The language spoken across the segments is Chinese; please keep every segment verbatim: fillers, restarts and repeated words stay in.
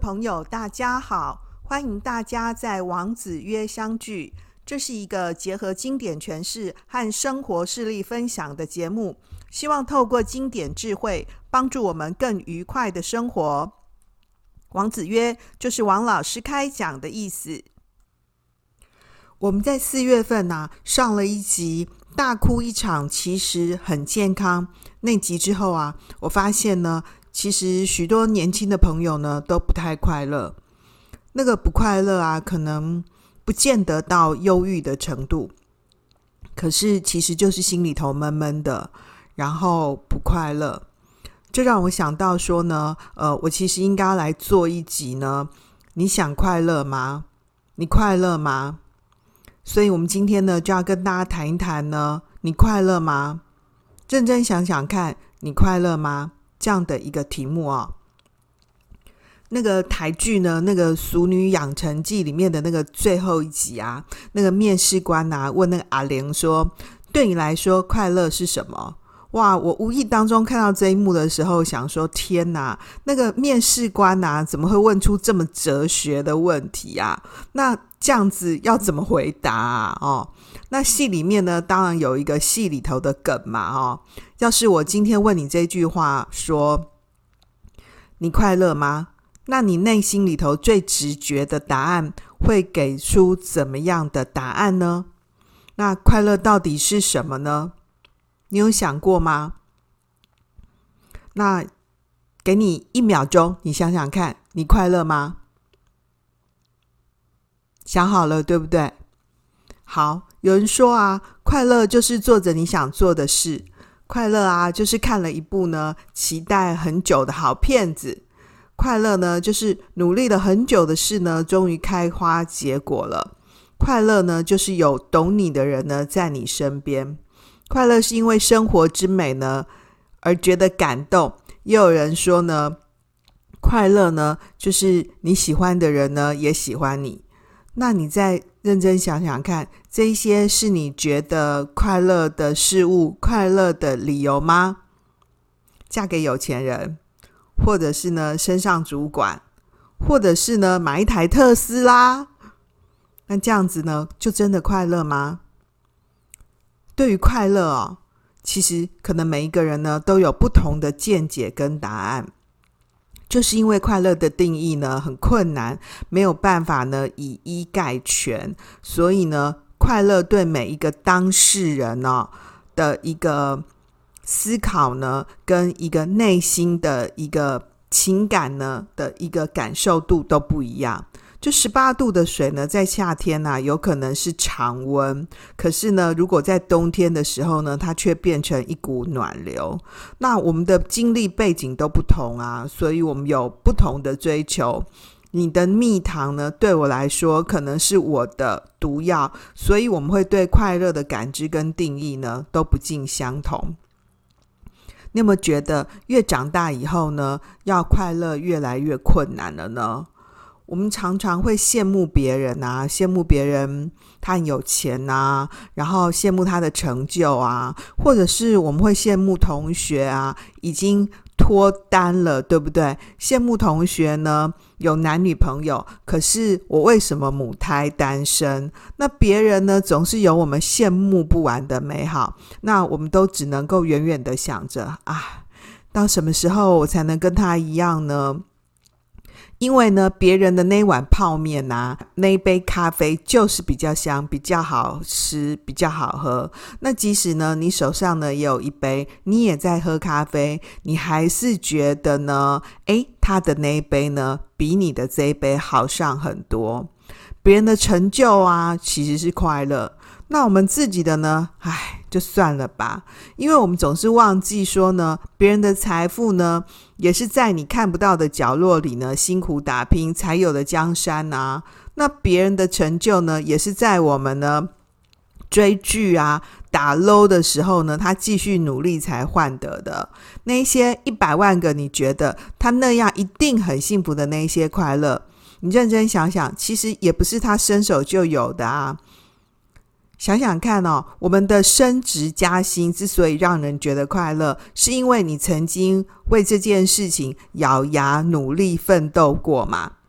朋友大家好，欢迎大家在王子约相聚。这是一个结合经典诠释和生活事例分享的节目，希望透过经典智慧帮助我们更愉快的生活。王子约就是王老师开讲的意思。我们在四月份啊上了一集大哭一场其实很健康那集之后啊，我发现呢其实许多年轻的朋友呢都不太快乐。那个不快乐啊可能不见得到忧郁的程度，可是其实就是心里头闷闷的，然后不快乐。这让我想到说呢呃，我其实应该来做一集呢，你想快乐吗？你快乐吗？所以我们今天呢就要跟大家谈一谈呢，你快乐吗？认真想想看，你快乐吗？这样的一个题目哦。那个台剧呢，那个《俗女养成记》里面的那个最后一集啊，那个面试官啊问那个阿玲说，对你来说快乐是什么？哇，我无意当中看到这一幕的时候想说，天哪，那个面试官啊怎么会问出这么哲学的问题啊？那这样子要怎么回答啊？哦，那戏里面呢当然有一个戏里头的梗嘛。哦，要是我今天问你这句话说，你快乐吗？那你内心里头最直觉的答案会给出怎么样的答案呢？那快乐到底是什么呢？你有想过吗？那给你一秒钟，你想想看，你快乐吗？想好了对不对？好，有人说啊，快乐就是做着你想做的事，快乐啊就是看了一部呢期待很久的好片子，快乐呢就是努力了很久的事呢终于开花结果了，快乐呢就是有懂你的人呢在你身边，快乐是因为生活之美呢而觉得感动。也有人说呢，快乐呢就是你喜欢的人呢也喜欢你。那你再认真想想看，这些是你觉得快乐的事物，快乐的理由吗？嫁给有钱人，或者是呢升上主管，或者是呢买一台特斯拉，那这样子呢就真的快乐吗？对于快乐哦，其实可能每一个人呢都有不同的见解跟答案，就是因为快乐的定义呢很困难，没有办法呢以一概全，所以呢快乐对每一个当事人哦的一个思考呢跟一个内心的一个情感呢的一个感受度都不一样。就十八度的水呢在夏天啊有可能是常温，可是呢如果在冬天的时候呢它却变成一股暖流。那我们的经历背景都不同啊，所以我们有不同的追求。你的蜜糖呢对我来说可能是我的毒药，所以我们会对快乐的感知跟定义呢都不尽相同。你有没有觉得越长大以后呢要快乐越来越困难了呢？我们常常会羡慕别人啊，羡慕别人他很有钱啊，然后羡慕他的成就啊，或者是我们会羡慕同学啊已经脱单了，对不对？羡慕同学呢有男女朋友，可是我为什么母胎单身？那别人呢总是有我们羡慕不完的美好，那我们都只能够远远的想着啊，到什么时候我才能跟他一样呢？因为呢别人的那碗泡面啊，那一杯咖啡就是比较香，比较好吃，比较好喝。那即使呢你手上呢也有一杯，你也在喝咖啡，你还是觉得呢诶他的那一杯呢比你的这一杯好上很多。别人的成就啊其实是快乐，那我们自己的呢唉就算了吧。因为我们总是忘记说呢，别人的财富呢也是在你看不到的角落里呢辛苦打拼才有的江山啊。那别人的成就呢也是在我们呢追剧啊打 low 的时候呢他继续努力才换得的。那些一百万个你觉得他那样一定很幸福的那些快乐，你认真想想，其实也不是他伸手就有的啊。想想看哦，我们的升职加薪之所以让人觉得快乐，是因为你曾经为这件事情咬牙努力奋斗过嘛。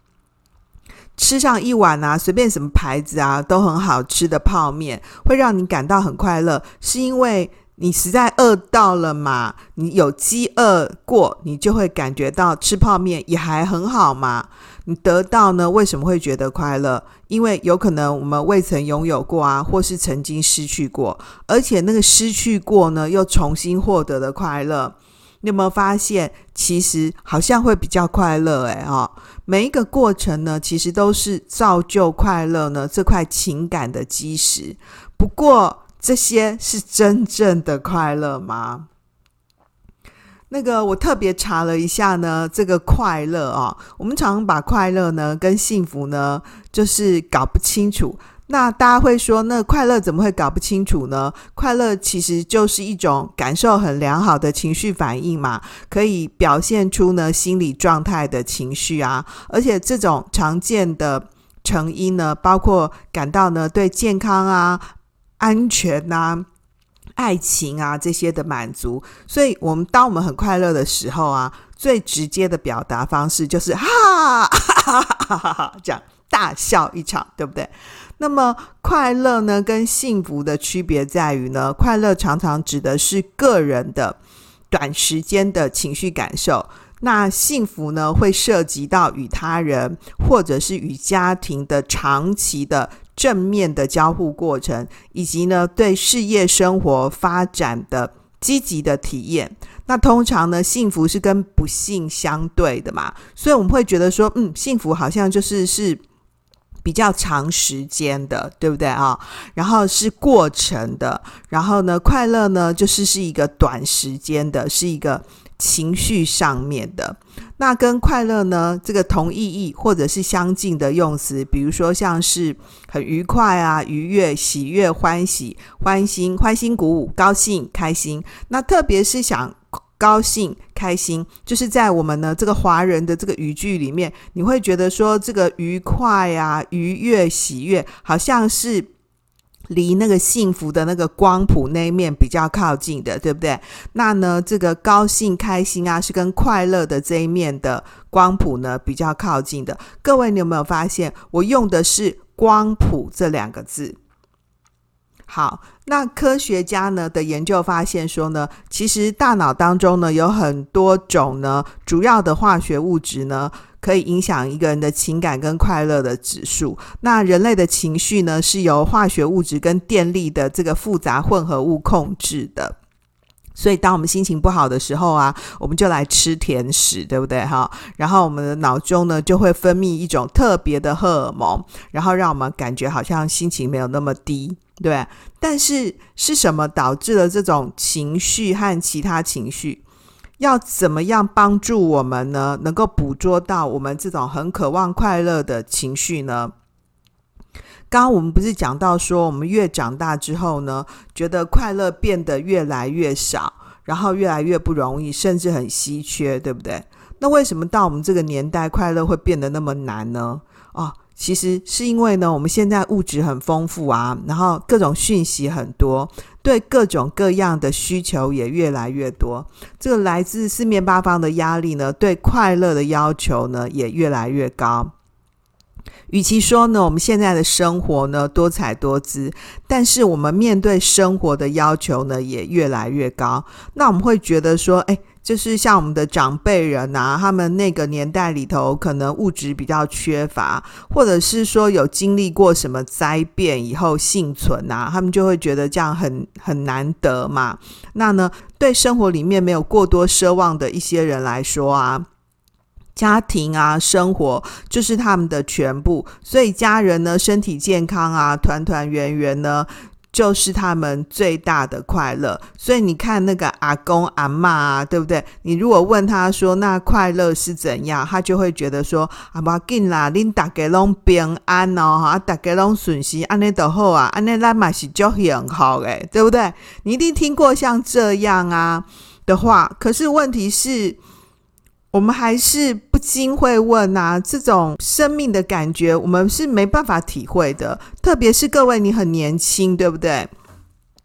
吃上一碗啊，随便什么牌子啊都很好吃的泡面，会让你感到很快乐，是因为你实在饿到了嘛，你有饥饿过，你就会感觉到吃泡面也还很好嘛。你得到呢，为什么会觉得快乐？因为有可能我们未曾拥有过啊，或是曾经失去过，而且那个失去过呢，又重新获得的快乐，你有没有发现其实好像会比较快乐诶、哦、每一个过程呢，其实都是造就快乐呢这块情感的基石。不过这些是真正的快乐吗？那个我特别查了一下呢，这个快乐啊、哦，我们常常把快乐呢跟幸福呢就是搞不清楚。那大家会说，那快乐怎么会搞不清楚呢？快乐其实就是一种感受很良好的情绪反应嘛，可以表现出呢心理状态的情绪啊，而且这种常见的成因呢，包括感到呢对健康啊、安全啊、爱情啊这些的满足。所以我们当我们很快乐的时候啊，最直接的表达方式就是哈哈哈哈哈这样大笑一场，对不对？那么快乐呢跟幸福的区别在于呢，快乐常常指的是个人的短时间的情绪感受，那幸福呢会涉及到与他人或者是与家庭的长期的正面的交互过程，以及呢对事业生活发展的积极的体验。那通常呢幸福是跟不幸相对的嘛，所以我们会觉得说嗯，幸福好像就是是比较长时间的，对不对啊？然后是过程的，然后呢快乐呢就是是一个短时间的，是一个情绪上面的。那跟快乐呢这个同意义或者是相近的用词，比如说像是很愉快啊、愉悦、喜悦、欢喜、欢欣、欢欣鼓舞、高兴、开心。那特别是想高兴开心，就是在我们呢这个华人的这个语句里面，你会觉得说这个愉快啊、愉悦、喜悦好像是离那个幸福的那个光谱那一面比较靠近的，对不对？那呢这个高兴开心啊是跟快乐的这一面的光谱呢比较靠近的。各位你有没有发现我用的是光谱这两个字？好，那科学家呢的研究发现说呢，其实大脑当中呢有很多种呢主要的化学物质呢可以影响一个人的情感跟快乐的指数。那人类的情绪呢是由化学物质跟电力的这个复杂混合物控制的。所以当我们心情不好的时候啊，我们就来吃甜食，对不对哈？然后我们的脑中呢就会分泌一种特别的荷尔蒙，然后让我们感觉好像心情没有那么低，对。但是是什么导致了这种情绪和其他情绪？要怎么样帮助我们呢能够捕捉到我们这种很渴望快乐的情绪呢？刚刚我们不是讲到说我们越长大之后呢，觉得快乐变得越来越少，然后越来越不容易，甚至很稀缺，对不对？那为什么到我们这个年代快乐会变得那么难呢？哦，其实是因为呢我们现在物质很丰富啊，然后各种讯息很多，对各种各样的需求也越来越多，这个来自四面八方的压力呢，对快乐的要求呢也越来越高。与其说呢我们现在的生活呢多彩多姿，但是我们面对生活的要求呢也越来越高。那我们会觉得说哎，就是像我们的长辈人啊，他们那个年代里头可能物质比较缺乏，或者是说有经历过什么灾变以后幸存啊，他们就会觉得这样很很难得嘛。那呢对生活里面没有过多奢望的一些人来说啊，家庭啊生活就是他们的全部，所以家人呢身体健康啊，团团圆圆呢就是他们最大的快乐。所以你看那个阿公阿嬷啊，对不对？你如果问他说那快乐是怎样，他就会觉得说啊不要紧啦，恁大家都平安哦，啊大家都顺心，安尼就好啊，安尼咱嘛是就很好诶，对不对？你一定听过像这样啊的话，可是问题是我们还是不禁会问啊，这种生命的感觉我们是没办法体会的，特别是各位你很年轻，对不对？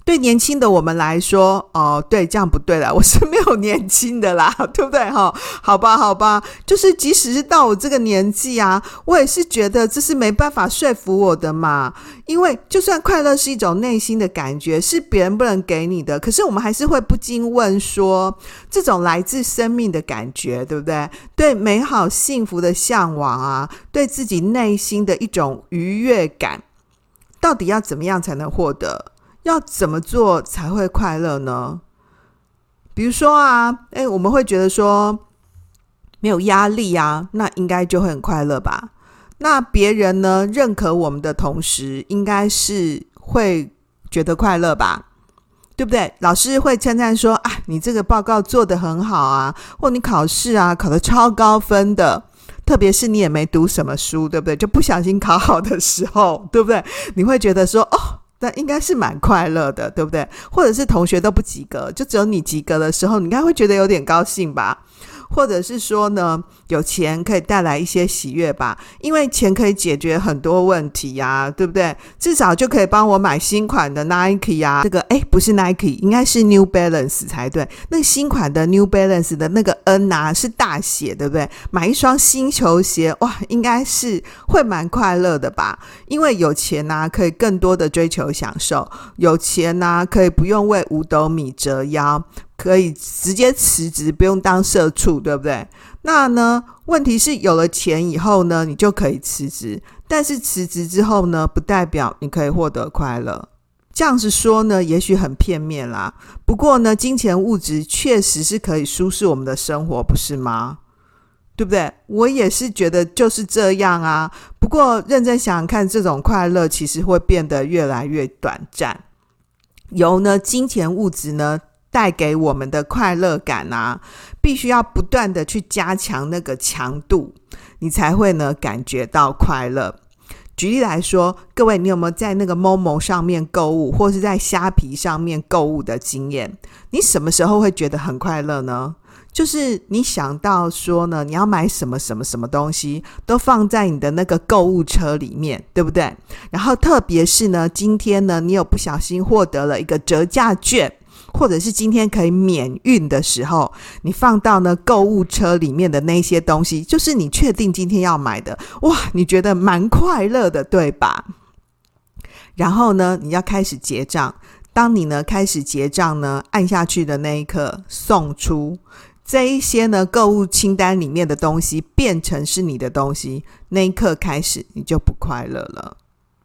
对年轻的我们来说，哦，对，这样不对啦，我是没有年轻的啦，对不对齁？好吧，好吧，就是即使是到我这个年纪啊，我也是觉得这是没办法说服我的嘛。因为就算快乐是一种内心的感觉，是别人不能给你的，可是我们还是会不禁问说，这种来自生命的感觉，对不对？对美好幸福的向往啊，对自己内心的一种愉悦感，到底要怎么样才能获得？要怎么做才会快乐呢？比如说啊，诶，我们会觉得说没有压力啊，那应该就会很快乐吧。那别人呢认可我们的同时，应该是会觉得快乐吧，对不对？老师会称赞说啊，你这个报告做得很好啊，或你考试啊考得超高分的，特别是你也没读什么书，对不对？就不小心考好的时候，对不对？你会觉得说哦，那应该是蛮快乐的，对不对？或者是同学都不及格，就只有你及格的时候，你应该会觉得有点高兴吧。或者是说呢，有钱可以带来一些喜悦吧，因为钱可以解决很多问题啊，对不对？至少就可以帮我买新款的 Nike 啊，这个诶不是 Nike， 应该是 New Balance 才对。那个新款的 New Balance 的那个 N 啊是大写，对不对？买一双新球鞋，哇，应该是会蛮快乐的吧？因为有钱啊，可以更多的追求享受，有钱啊，可以不用为五斗米折腰，可以直接辞职，不用当社畜，对不对？那呢，问题是有了钱以后呢，你就可以辞职，但是辞职之后呢，不代表你可以获得快乐。这样子说呢，也许很片面啦。不过呢，金钱物质确实是可以舒适我们的生活，不是吗？对不对？我也是觉得就是这样啊。不过认真想想看，这种快乐其实会变得越来越短暂。由呢金钱物质呢带给我们的快乐感啊，必须要不断的去加强那个强度，你才会呢感觉到快乐。举例来说，各位你有没有在那个 Momo 上面购物，或是在虾皮上面购物的经验？你什么时候会觉得很快乐呢？就是你想到说呢，你要买什么什么什么东西，都放在你的那个购物车里面，对不对？然后特别是呢，今天呢，你有不小心获得了一个折价券，或者是今天可以免运的时候，你放到呢购物车里面的那些东西，就是你确定今天要买的，哇，你觉得蛮快乐的，对吧？然后呢，你要开始结账，当你呢开始结账呢，按下去的那一刻，送出这一些呢购物清单里面的东西变成是你的东西，那一刻开始你就不快乐了，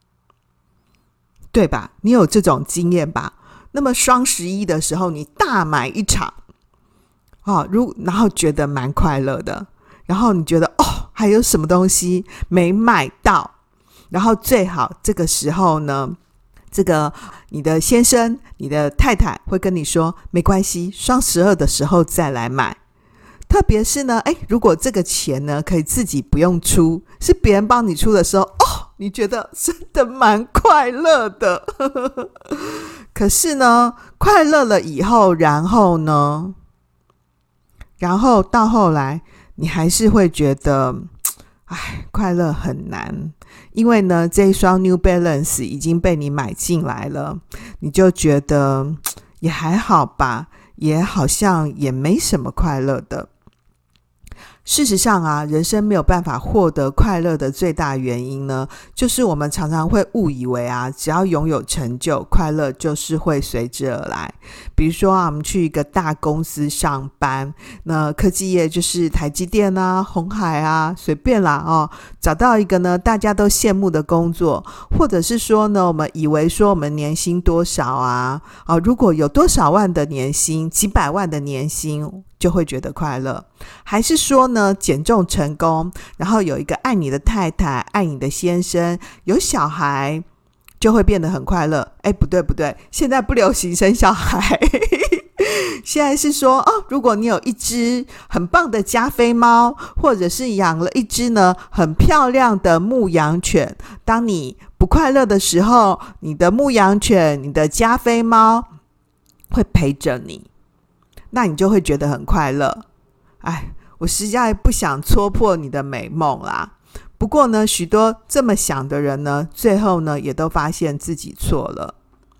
对吧？你有这种经验吧？那么双十一的时候你大买一场、哦、如然后觉得蛮快乐的，然后你觉得哦还有什么东西没买到，然后最好这个时候呢，这个你的先生你的太太会跟你说没关系，双十二的时候再来买。特别是呢，诶，如果这个钱呢可以自己不用出，是别人帮你出的时候，哦，你觉得真的蛮快乐的可是呢，快乐了以后，然后呢然后到后来你还是会觉得唉，快乐很难，因为呢这一双 New Balance 已经被你买进来了，你就觉得也还好吧，也好像也没什么快乐的。事实上啊，人生没有办法获得快乐的最大原因呢，就是我们常常会误以为啊，只要拥有成就，快乐就是会随之而来。比如说啊，我们去一个大公司上班，那科技业就是台积电啊、鸿海啊，随便啦哦，找到一个呢大家都羡慕的工作，或者是说呢，我们以为说我们年薪多少啊，哦，如果有多少万的年薪，几百万的年薪，就会觉得快乐。还是说呢，减重成功，然后有一个爱你的太太，爱你的先生，有小孩，就会变得很快乐。诶，不对不对，现在不流行生小孩现在是说哦，如果你有一只很棒的加菲猫，或者是养了一只呢很漂亮的牧羊犬，当你不快乐的时候，你的牧羊犬，你的加菲猫会陪着你，那你就会觉得很快乐。哎，我实在不想戳破你的美梦啦。不过呢，许多这么想的人呢，最后呢，也都发现自己错了。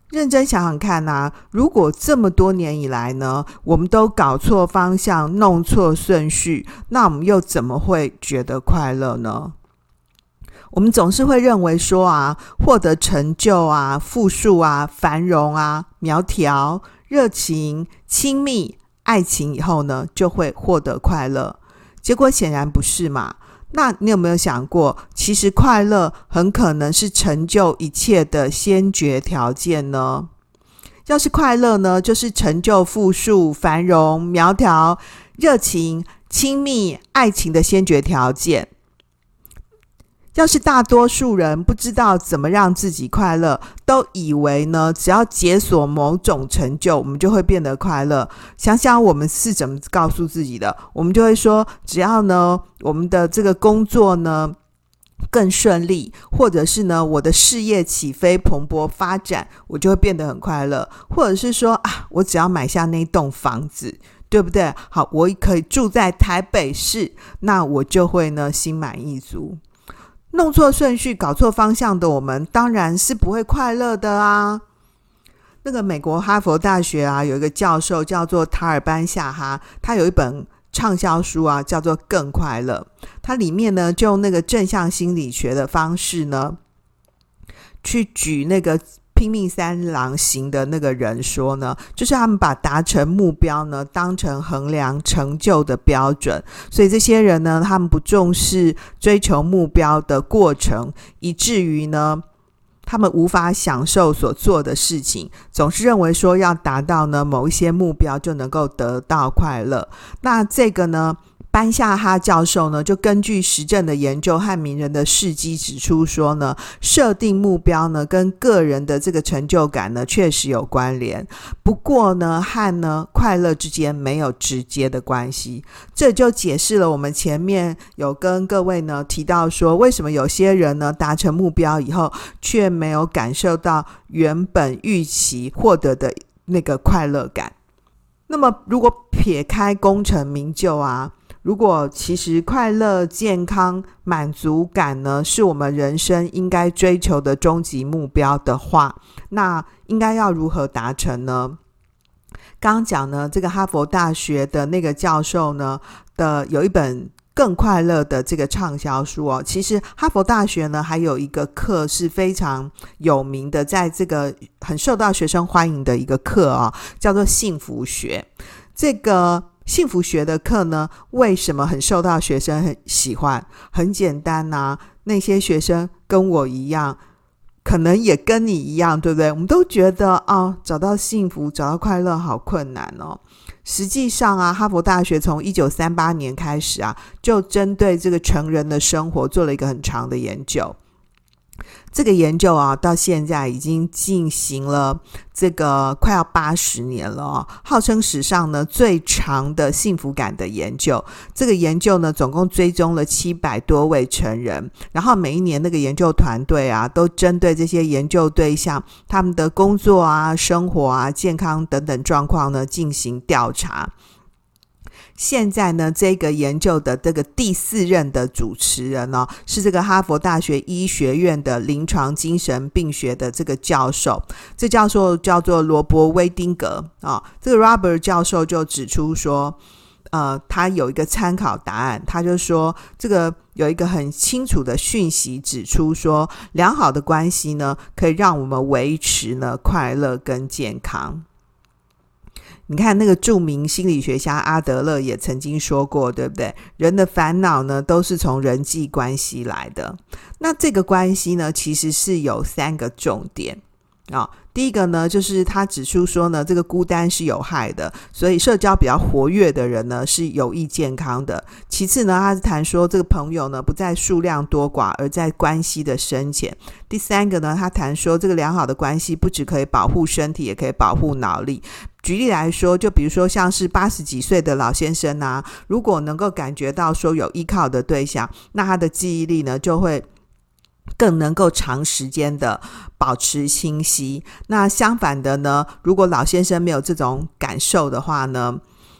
认真想想看啊，如果这么多年以来呢，我们都搞错方向，弄错顺序，那我们又怎么会觉得快乐呢？我们总是会认为说啊，获得成就啊、富庶啊、繁荣啊、苗条、热情、亲密、爱情以后呢，就会获得快乐。结果显然不是嘛。那你有没有想过，其实快乐很可能是成就一切的先决条件呢？要是快乐呢，就是成就富庶、繁荣、苗条、热情、亲密、爱情的先决条件。要是大多数人不知道怎么让自己快乐，都以为呢，只要解锁某种成就，我们就会变得快乐。想想我们是怎么告诉自己的，我们就会说，只要呢，我们的这个工作呢更顺利，或者是呢，我的事业起飞蓬勃发展，我就会变得很快乐。或者是说啊，我只要买下那栋房子，对不对？好，我可以住在台北市，那我就会呢心满意足。弄错顺序、搞错方向的我们，当然是不会快乐的啊。那个美国哈佛大学啊，有一个教授叫做塔尔班夏哈，他有一本畅销书啊，叫做《更快乐》。它里面呢，就用那个正向心理学的方式呢，去举那个拼命三郎型的那个人说呢，就是他们把达成目标呢当成衡量成就的标准，所以这些人呢，他们不重视追求目标的过程，以至于呢他们无法享受所做的事情，总是认为说要达到呢某一些目标就能够得到快乐。那这个呢班夏哈教授呢，就根据实证的研究和名人的事迹指出说呢，设定目标呢跟个人的这个成就感呢确实有关联，不过呢和呢快乐之间没有直接的关系。这就解释了我们前面有跟各位呢提到说，为什么有些人呢达成目标以后却没有感受到原本预期获得的那个快乐感。那么如果撇开功成名就啊，如果其实快乐、健康、满足感呢，是我们人生应该追求的终极目标的话，那应该要如何达成呢？刚刚讲呢，这个哈佛大学的那个教授呢的有一本更快乐的这个畅销书哦。其实哈佛大学呢还有一个课是非常有名的，在这个很受到学生欢迎的一个课哦，叫做幸福学。这个幸福学的课呢，为什么很受到学生很喜欢？很简单啊，那些学生跟我一样，可能也跟你一样，对不对？我们都觉得哦，找到幸福、找到快乐好困难哦。实际上啊，哈佛大学从一九三八年开始啊，就针对这个成人的生活做了一个很长的研究。这个研究啊，到现在已经进行了这个快要八十年了哦，号称史上呢最长的幸福感的研究。这个研究呢，总共追踪了七百多位成人，然后每一年那个研究团队啊，都针对这些研究对象他们的工作啊、生活啊、健康等等状况呢进行调查。现在呢，这个研究的这个第四任的主持人呢、哦，是这个哈佛大学医学院的临床精神病学的这个教授，这教授叫做罗伯威丁格啊、哦。这个 Robert 教授就指出说，呃，他有一个参考答案，他就说这个有一个很清楚的讯息指出说，良好的关系呢，可以让我们维持呢快乐跟健康。你看那个著名心理学家阿德勒也曾经说过，对不对？人的烦恼呢都是从人际关系来的。那这个关系呢其实是有三个重点啊、哦。第一个呢，就是他指出说呢，这个孤单是有害的，所以社交比较活跃的人呢是有益健康的。其次呢，他是谈说这个朋友呢不在数量多寡，而在关系的深浅。第三个呢，他谈说这个良好的关系不只可以保护身体，也可以保护脑力。举例来说，就比如说像是八十几岁的老先生啊，如果能够感觉到说有依靠的对象，那他的记忆力呢就会更能够长时间的保持清晰。那相反的呢，如果老先生没有这种感受的话呢，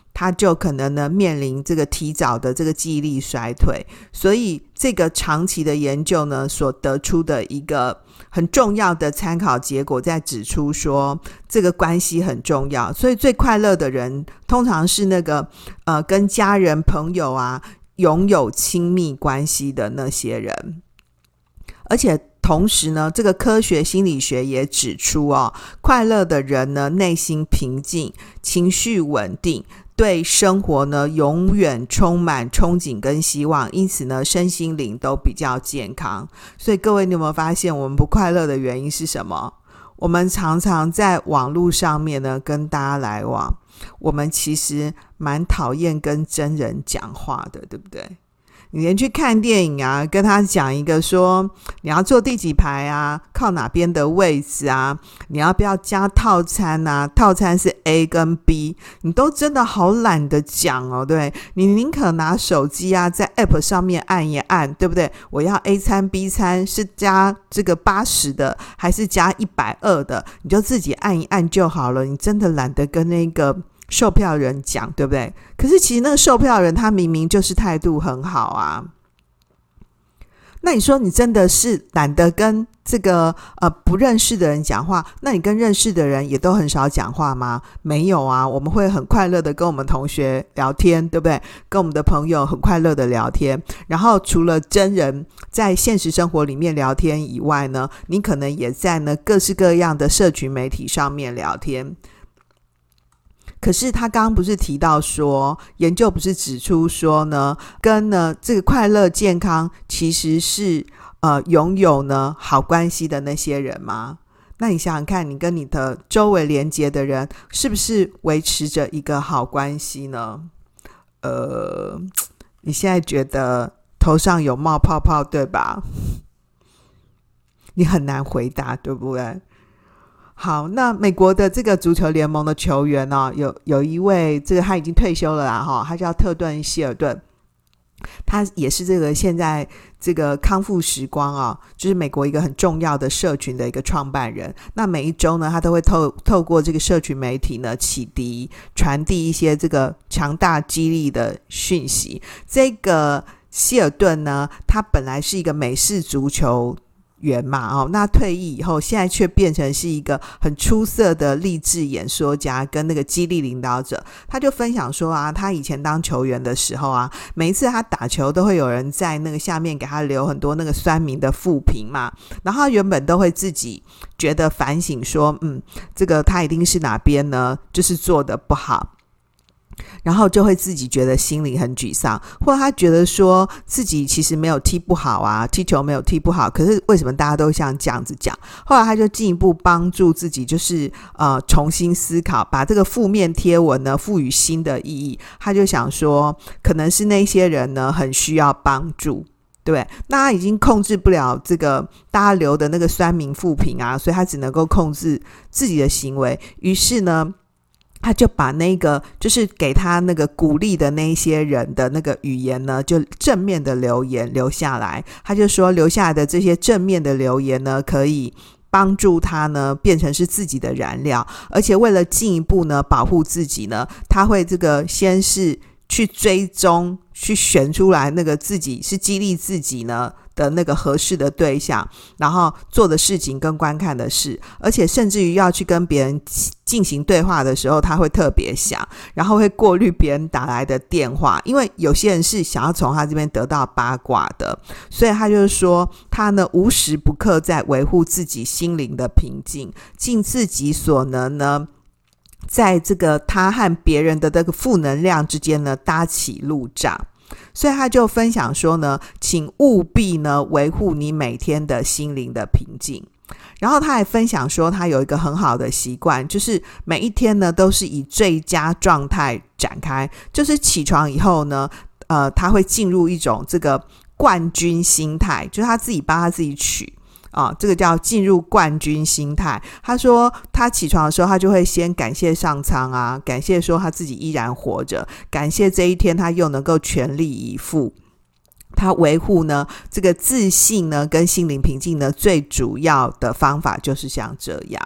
他就可能呢面临这个提早的这个记忆力衰退。所以这个长期的研究呢所得出的一个很重要的参考结果，在指出说这个关系很重要。所以最快乐的人通常是那个呃跟家人朋友啊拥有亲密关系的那些人。而且同时呢，这个科学心理学也指出哦，快乐的人呢内心平静，情绪稳定，对生活呢永远充满憧憬跟希望，因此呢身心灵都比较健康。所以各位，你有没有发现我们不快乐的原因是什么？我们常常在网络上面呢跟大家来往，我们其实蛮讨厌跟真人讲话的，对不对？你连去看电影啊，跟他讲一个说你要坐第几排啊，靠哪边的位置啊，你要不要加套餐啊，套餐是 A 跟 B， 你都真的好懒得讲哦。对，你宁可拿手机啊在 App 上面按一按，对不对？我要 A 餐 B 餐是加这个八十的还是加一百二的，你就自己按一按就好了，你真的懒得跟那个售票人讲，对不对？可是其实那个售票人他明明就是态度很好啊。那你说你真的是懒得跟这个呃不认识的人讲话，那你跟认识的人也都很少讲话吗？没有啊，我们会很快乐的跟我们同学聊天，对不对？跟我们的朋友很快乐的聊天。然后除了真人在现实生活里面聊天以外呢，你可能也在呢各式各样的社群媒体上面聊天。可是他刚刚不是提到说，研究不是指出说呢，跟呢这个快乐健康其实是呃拥有呢好关系的那些人吗？那你想想看，你跟你的周围连接的人是不是维持着一个好关系呢？呃，你现在觉得头上有冒泡泡，对吧？你很难回答，对不对？好，那美国的这个足球联盟的球员哦，有有一位这个他已经退休了啦哈，他叫特顿希尔顿，他也是这个现在这个康复时光啊、哦，就是美国一个很重要的社群的一个创办人。那每一周呢，他都会透透过这个社群媒体呢，启迪传递一些这个强大激励的讯息。这个希尔顿呢，他本来是一个美式足球员嘛、哦、那退役以后现在却变成是一个很出色的励志演说家跟那个激励领导者。他就分享说啊，他以前当球员的时候啊，每一次他打球都会有人在那个下面给他留很多那个酸民的负评嘛，然后他原本都会自己觉得反省说，嗯，这个他一定是哪边呢就是做得不好，然后就会自己觉得心里很沮丧，或者他觉得说自己其实没有踢不好啊，踢球没有踢不好，可是为什么大家都像这样子讲？后来他就进一步帮助自己，就是呃重新思考，把这个负面贴文呢赋予新的意义。他就想说，可能是那些人呢很需要帮助，对不对？那他已经控制不了这个大家留的那个酸民负评啊，所以他只能够控制自己的行为。于是呢，他就把那个就是给他那个鼓励的那些人的那个语言呢，就正面的留言留下来。他就说留下来的这些正面的留言呢，可以帮助他呢变成是自己的燃料，而且为了进一步呢保护自己呢，他会这个先是去追踪去选出来那个自己是激励自己呢的那个合适的对象，然后做的事情跟观看的事，而且甚至于要去跟别人进行对话的时候，他会特别想，然后会过滤别人打来的电话，因为有些人是想要从他这边得到八卦的，所以他就是说他呢无时不刻在维护自己心灵的平静，尽自己所能呢在这个他和别人的这个负能量之间呢搭起路障。所以他就分享说呢，请务必呢维护你每天的心灵的平静。然后他还分享说，他有一个很好的习惯，就是每一天呢都是以最佳状态展开，就是起床以后呢呃，他会进入一种这个冠军心态，就是他自己帮他自己取啊，这个叫进入冠军心态。他说他起床的时候，他就会先感谢上苍啊，感谢说他自己依然活着，感谢这一天他又能够全力以赴。他维护呢这个自信呢跟心灵平静呢最主要的方法就是像这样。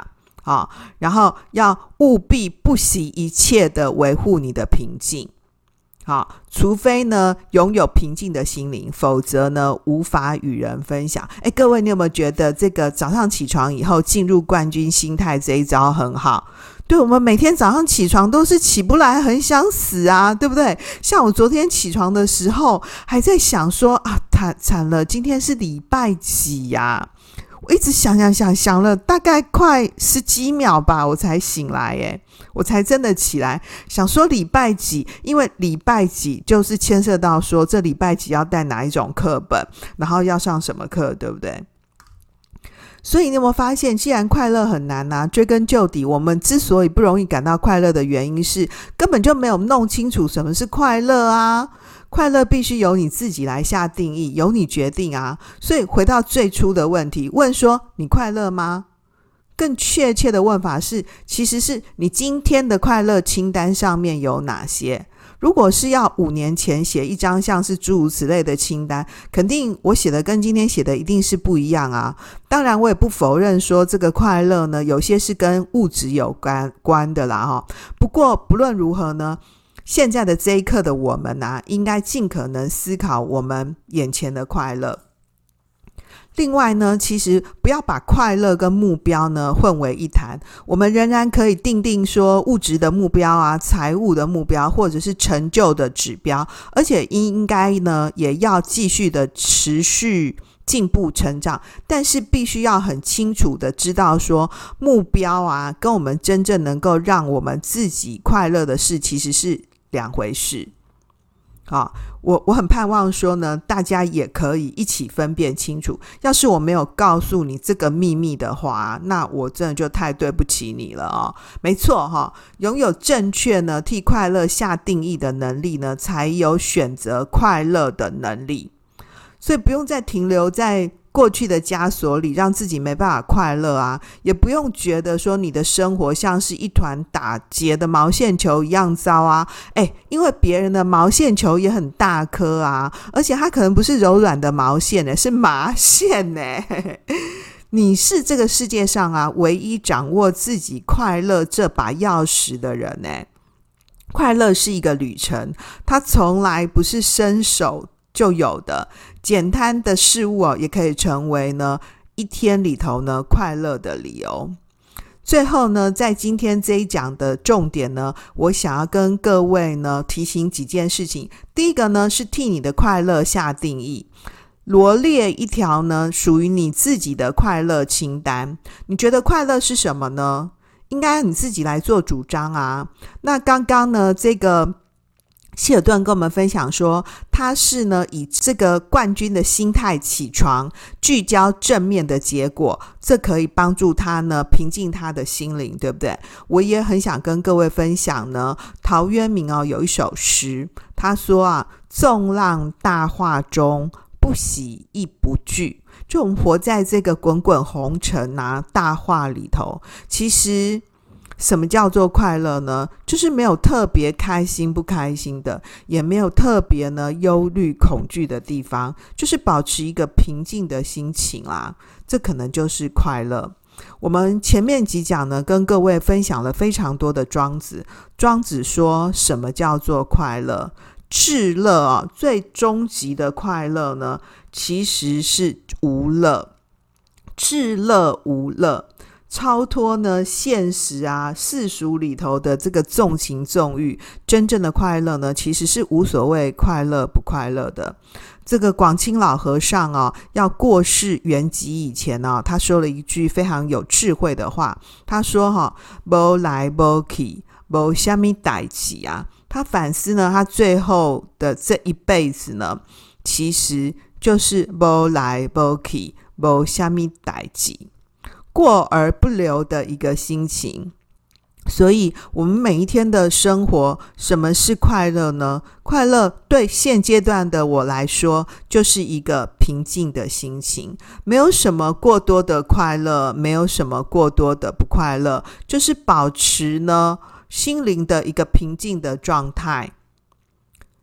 啊，然后要务必不惜一切的维护你的平静。好，除非呢拥有平静的心灵，否则呢无法与人分享。诶，各位，你有没有觉得这个早上起床以后进入冠军心态这一招很好？对，我们每天早上起床都是起不来，很想死啊，对不对？像我昨天起床的时候还在想说啊，惨惨了，今天是礼拜几呀、啊？我一直想想想想了大概快十几秒吧，我才醒来耶，我才真的起来，想说礼拜几，因为礼拜几就是牵涉到说这礼拜几要带哪一种课本，然后要上什么课，对不对？所以你有没有发现，既然快乐很难啊，追根究底，我们之所以不容易感到快乐的原因是根本就没有弄清楚什么是快乐啊。快乐必须由你自己来下定义，由你决定啊。所以回到最初的问题，问说你快乐吗？更确切的问法是，其实是你今天的快乐清单上面有哪些？如果是要五年前写一张像是诸如此类的清单，肯定我写的跟今天写的一定是不一样啊。当然我也不否认说这个快乐呢，有些是跟物质有关关的啦齁。不过不论如何呢，现在的这一刻的我们啊，应该尽可能思考我们眼前的快乐。另外呢，其实不要把快乐跟目标呢混为一谈，我们仍然可以定定说物质的目标啊、财务的目标，或者是成就的指标，而且应该呢也要继续的持续进步成长，但是必须要很清楚的知道说目标啊跟我们真正能够让我们自己快乐的事其实是两回事。好，我我很盼望说呢，大家也可以一起分辨清楚。要是我没有告诉你这个秘密的话，那我真的就太对不起你了哦。没错哈、哦，拥有正确呢替快乐下定义的能力呢，才有选择快乐的能力。所以不用再停留在过去的枷锁里，让自己没办法快乐啊，也不用觉得说你的生活像是一团打结的毛线球一样糟啊。诶，因为别人的毛线球也很大颗啊，而且它可能不是柔软的毛线呢，是麻线呢。你是这个世界上啊唯一掌握自己快乐这把钥匙的人呢。快乐是一个旅程，它从来不是伸手就有的，简单的事物哦，也可以成为呢一天里头呢快乐的理由。最后呢，在今天这一讲的重点呢，我想要跟各位呢提醒几件事情。第一个呢，是替你的快乐下定义，罗列一条呢属于你自己的快乐清单。你觉得快乐是什么呢？应该你自己来做主张啊。那刚刚呢，这个希尔顿跟我们分享说，他是呢以这个冠军的心态起床，聚焦正面的结果，这可以帮助他呢平静他的心灵，对不对？我也很想跟各位分享呢，陶渊明哦有一首诗，他说啊，纵浪大化中，不喜亦不惧。就我们活在这个滚滚红尘啊大化里头，其实什么叫做快乐呢？就是没有特别开心不开心的，也没有特别呢忧虑恐惧的地方，就是保持一个平静的心情啦，这可能就是快乐。我们前面几讲呢跟各位分享了非常多的庄子，庄子说什么叫做快乐？至乐啊，最终极的快乐呢其实是无乐，至乐无乐，超脱呢现实啊世俗里头的这个纵情纵欲，真正的快乐呢其实是无所谓快乐不快乐的。这个广清老和尚哦，要过世圆寂以前哦，他说了一句非常有智慧的话，他说哈、哦，没来没去，没什么代志啊。他反思呢，他最后的这一辈子呢，其实就是没来没去，没什么代志，过而不留的一个心情。所以我们每一天的生活，什么是快乐呢？快乐对现阶段的我来说，就是一个平静的心情，没有什么过多的快乐，没有什么过多的不快乐，就是保持呢心灵的一个平静的状态。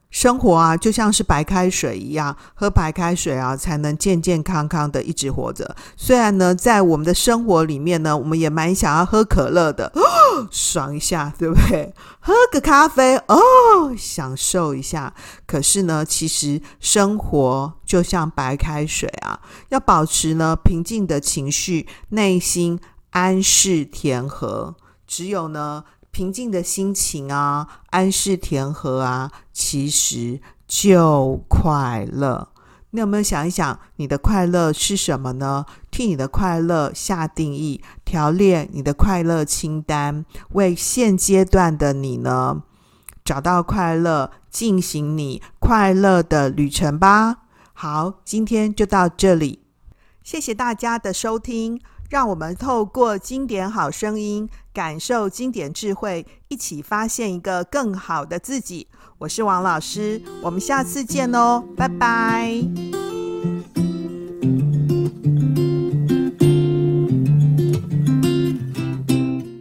生活啊，就像是白开水一样，喝白开水啊，才能健健康康的一直活着。虽然呢，在我们的生活里面呢，我们也蛮想要喝可乐的，哦，爽一下，对不对？喝个咖啡，哦，享受一下。可是呢，其实生活就像白开水啊，要保持呢平静的情绪，内心安适恬和。只有呢平静的心情啊，安适恬和啊，其实就快乐。你有没有想一想，你的快乐是什么呢？替你的快乐下定义，条列你的快乐清单，为现阶段的你呢，找到快乐，进行你快乐的旅程吧。好，今天就到这里，谢谢大家的收听。让我们透过经典好声音，感受经典智慧，一起发现一个更好的自己。我是王老师，我们下次见哦，拜拜。